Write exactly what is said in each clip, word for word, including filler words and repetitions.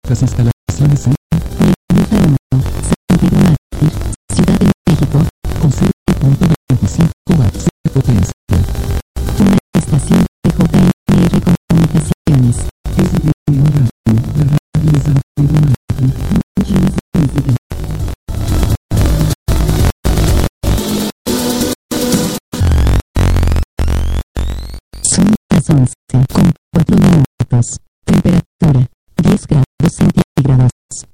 nuestras instalaciones en San Pedro Mártir, Ciudad de México, con cero punto veinticinco watts de potencia. Una estación de J M R Comunicaciones. Es de radio, la radio de San Pedro Mártir. Muchas gracias. Son las once con cuatro minutos. Temperatura diez grados centígrados.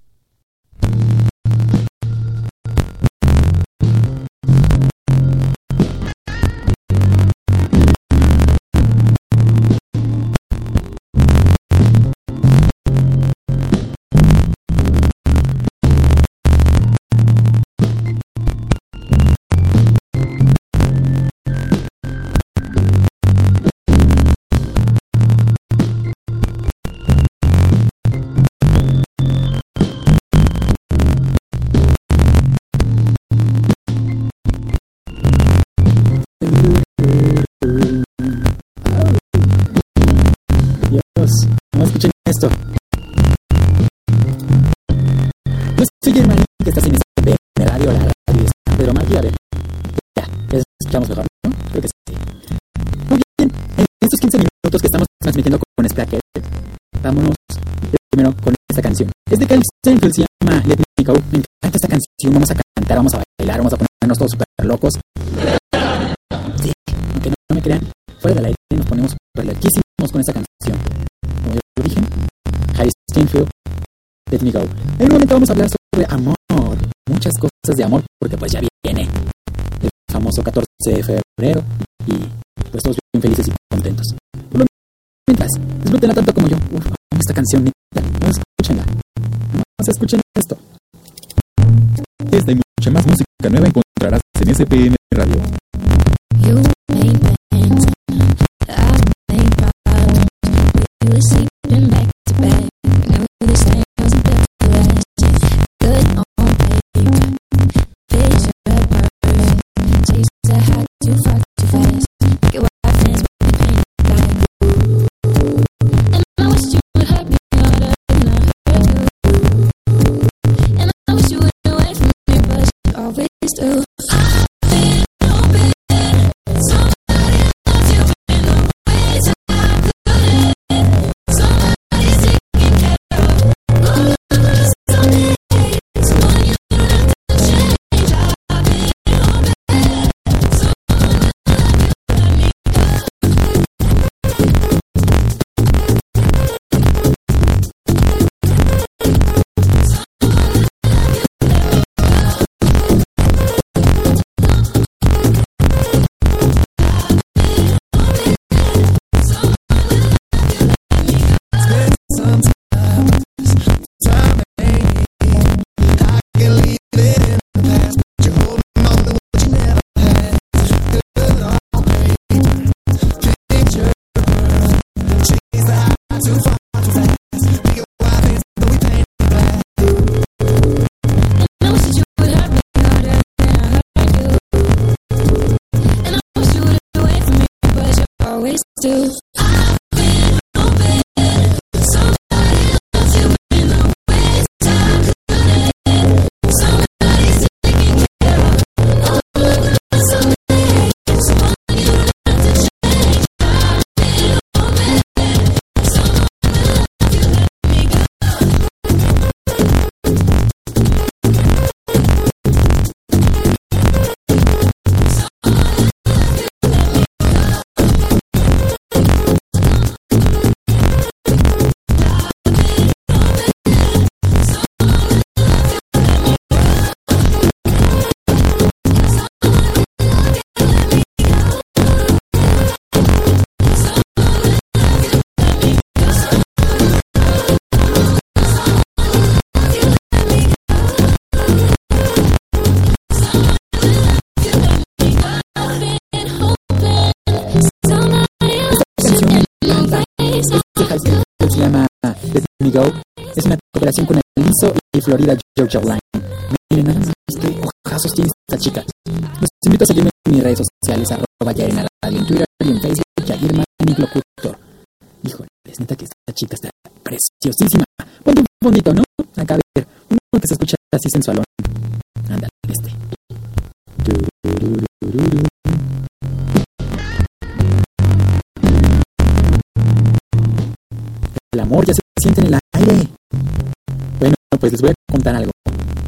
No escuchen esto. Yo soy Germán, que estás en S P M Radio, la radio de San Pedro Mártir. A ver, ya, ya escuchamos mejor, ¿no? Creo que sí. Muy bien, en estos quince minutos que estamos transmitiendo con Spreaker, vámonos primero con esta canción. Es de Kyle Steinfeld, se llama Let Me Go. Me encanta esta canción, vamos a cantar, vamos a bailar, vamos a ponernos todos súper locos. Sí, aunque no, no me crean, fuera del aire nos ponemos súper loquísimos con esta canción. Como ya lo dije, Kyle Steinfeld, Let Me Go. En un momento vamos a hablar sobre amor, muchas cosas de amor, porque pues ya viene el famoso catorce de febrero y pues todos bien felices y contentos. Por lo mientras, disfrútenla tanto como yo. Uf, esta canción, neta, no escúchenla. No se escuchen esto. Esta y mucha más música nueva encontrarás en S P M Radio. You made plans, I made problems. We were sleeping back to back. We knew this thing wasn't built to last. Good on paper, picture perfect. Chase the high too far too fast. Get what I fans with the pain back. And I wish you would hurt me harder than I hurt you. And I wish you would away from me, but you always do. Se llama Let Me Go. Es una cooperación con Aliso y Florida Georgia Line. Miren nada más qué ojazos tiene esta chica. Los invito a seguirme en mis redes sociales, arroba Yairena Radio, en Twitter y en Facebook, Yair Manic Locutor. Híjole, es neta que esta chica está preciosísima. Ponte un bonito, ¿no? Acá a ver, uno que se escucha así sensualón. Ándale, este. Turururururu. El amor ya se siente en el aire. Bueno, pues les voy a contar algo.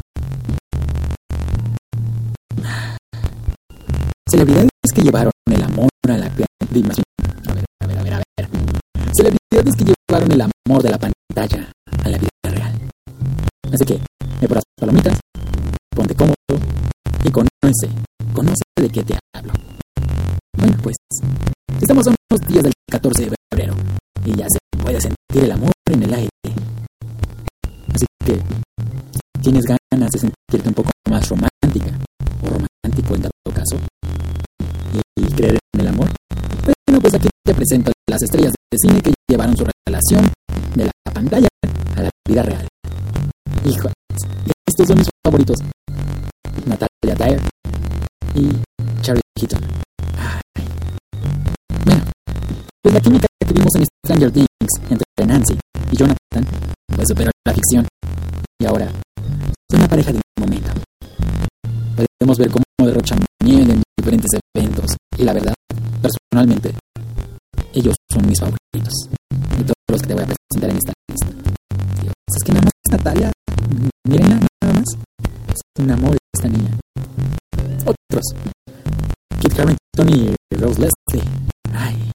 Celebridades que llevaron el amor a la a ver, a ver, a ver, a ver. Celebridades que llevaron el amor de la pantalla a la vida real. Así que, ve por las palomitas, ponte cómodo y conoce, conoce de qué te hablo. Bueno, pues, estamos a unos días del catorce de febrero y ya se puede sentir el amor en el aire. Así que, si tienes ganas de sentirte un poco más romántica o romántico en dado caso, y creer en el amor, bueno, pues aquí te presento las estrellas de cine que llevaron su relación de la pantalla a la vida real. Híjole, estos son mis favoritos: Natalia Dyer y Charlie Keaton. Ay. Bueno, pues la química que vimos en Stranger Things entre Nancy y Jonathan pues superó la ficción y ahora son una pareja de un momento. Podemos ver cómo derrochan miel en diferentes eventos y la verdad, personalmente, ellos son mis favoritos de todos los que te voy a presentar en esta lista. Dios, es que nada más Natalia, mírenla nada más, es un amor esta niña. Otros, Kit Harington y Rose Leslie. Ay.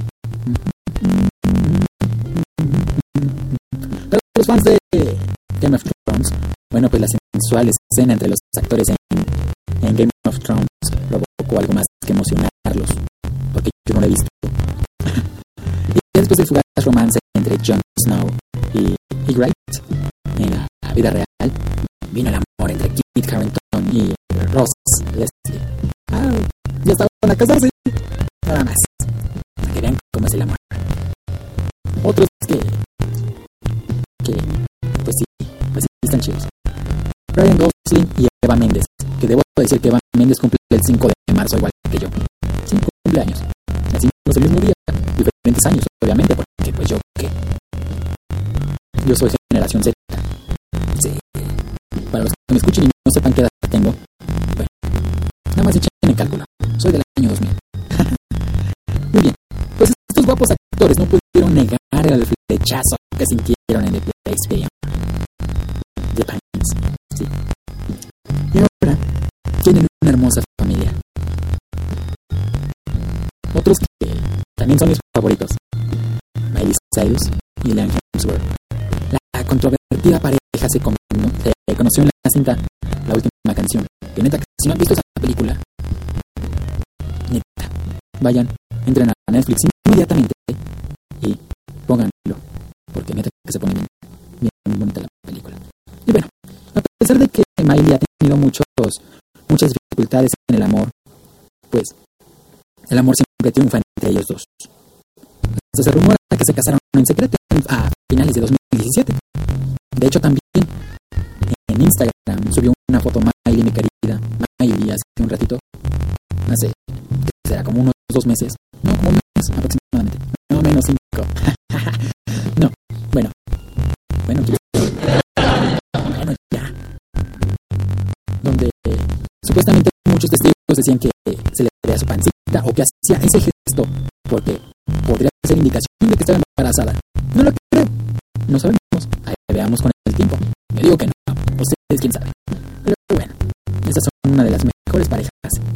Para los fans de Game of Thrones, bueno, pues la sensual escena entre los actores en, en Game of Thrones provocó algo más que emocionarlos, porque yo no la he visto. Y después del fugaz romance entre Jon Snow y Ygritte en la vida real, vino el amor entre Kit Harington y Rose Leslie. Ah, ya estaban a casarse. Nada más, para que vean cómo es el amor. Otros que, que, pues sí, pues sí, están chidos. Ryan Gosling y Eva Méndez, que debo decir que Eva Méndez cumple el cinco de marzo igual que yo. Cinco cumpleaños. Nacimos el mismo día, diferentes años, obviamente, porque pues yo, ¿qué? Yo soy generación Z. Sí. Para los que me escuchen y no sepan qué edad tengo, bueno, nada más echen el cálculo. Soy del año dos mil. Muy bien, pues estos guapos actores no pudieron negar el flechazo que sintieron en The Experience. The Pines, sí. Y ahora tienen una hermosa familia. Otros que también son mis favoritos: Miley Cyrus y Liam Hemsworth. La controvertida pareja se, con, se conoció en la cinta La Última Canción. Que neta, que si no han visto esa película, neta, vayan, entren a Netflix inmediatamente y pónganlo, porque neta que se pone bien, bien bonita la película. Y bueno, a pesar de que Miley ha tenido muchos, muchas dificultades en el amor, pues el amor siempre triunfa entre ellos dos. Hasta se rumora que se casaron en secreto a finales de dos mil diecisiete. De hecho, también en Instagram subió una foto Miley, mi querida Miley, hace un ratito, hace, que será como unos dos meses, no, como un mes aproximadamente, no menos cinco. No, bueno, bueno, bueno, ya. Donde eh, supuestamente muchos testigos decían que eh, se le veía su pancita o que hacía ese gesto porque podría ser indicación de que estaba embarazada. No lo creo, no sabemos. Ahí veamos con el tiempo. Yo digo que no, ustedes quién sabe. Pero bueno, esas son una de las mejores parejas.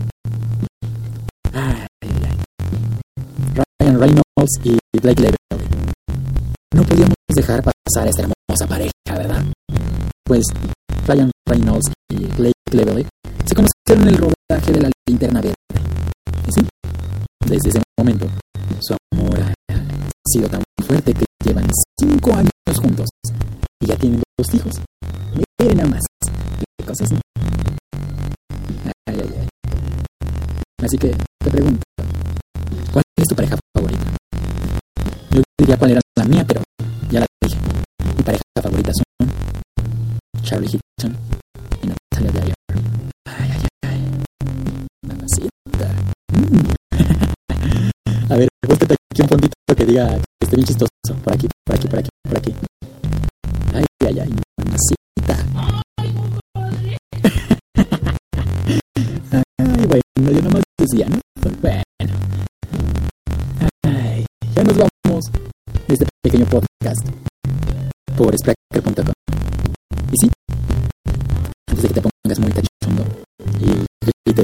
Ay, ay. Ryan Reynolds y Blake Lively. No podíamos dejar pasar a esta hermosa pareja, ¿verdad? Pues Ryan Reynolds y Blake Lively se conocieron en el rodaje de La Linterna Verde. Y sí, desde ese momento su amor ha sido tan fuerte que llevan cinco años juntos y ya tienen dos hijos. Miren nada más, qué cosas, ¿no? Ay, ay, ay. Así que te pregunto, ¿cuál es tu pareja favorita? Yo diría cuál era la mía, pero ya la dije. Mi pareja favorita son Charlie Keaton y Natalia Dyer. Ay, ay, ay. Mamacita. Mm. A ver, búscate aquí un fondito que diga que esté bien chistoso. Por aquí, por aquí, por aquí, por aquí. Ay, ay, ay, ay, mamacita. Ay, bueno, yo nomás decía, ¿no? Bueno. Ay, ya nos vamos de este pequeño podcast por Spreaker punto com. Y sí, antes de que te pongas muy cachondo y grites,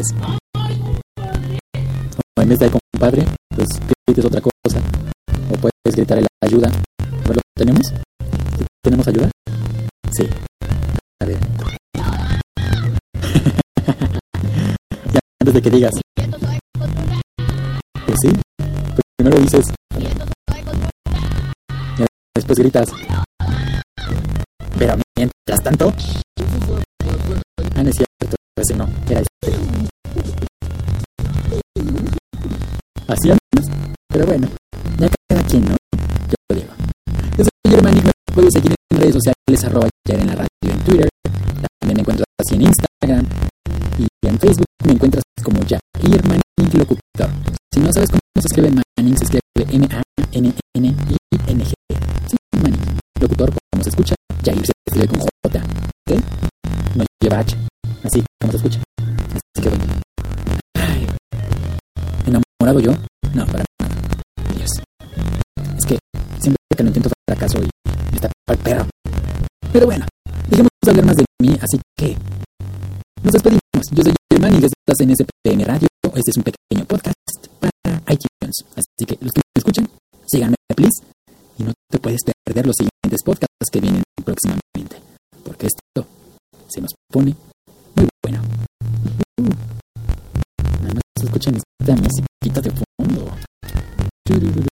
o en vez de compadre, pues grites otra cosa, o puedes gritar la ayuda. A ver, ¿lo tenemos? ¿Tenemos ayuda? Sí. A ver. Ya antes de que digas, pues sí, primero dices, y después gritas. Pero mientras tanto, ah, no es cierto, ese no, era este. Así andas, pero bueno, ya cada quien, ¿no? Yo digo. Yo soy Germanic, me puedes seguir en redes sociales, arroba Yer en la radio, en Twitter. También me encuentras así en Instagram. Y en Facebook me encuentras como Jair Manning Locutor. Si no sabes cómo se escribe Manning, se escribe M A N N I N G. Sí, Manning. Locutor, como se escucha, Jair se escribe con J. ¿Ok? No lleva H. Así como se escucha. Así que bueno. Ay. ¿Enamorado yo? No, para nada. Dios. Es que siempre que lo intento fracaso y me está al perro. Pero bueno, dejemos de hablar más de mí, así que nos despedimos. Yo soy Germán y estás en S P M Radio. Este es un pequeño podcast para iTunes. Así que los que me escuchan, síganme, please. Y no te puedes perder los siguientes podcasts que vienen próximamente. Porque esto se nos pone muy bueno. Uh, nada más escuchen esta musiquita de fondo.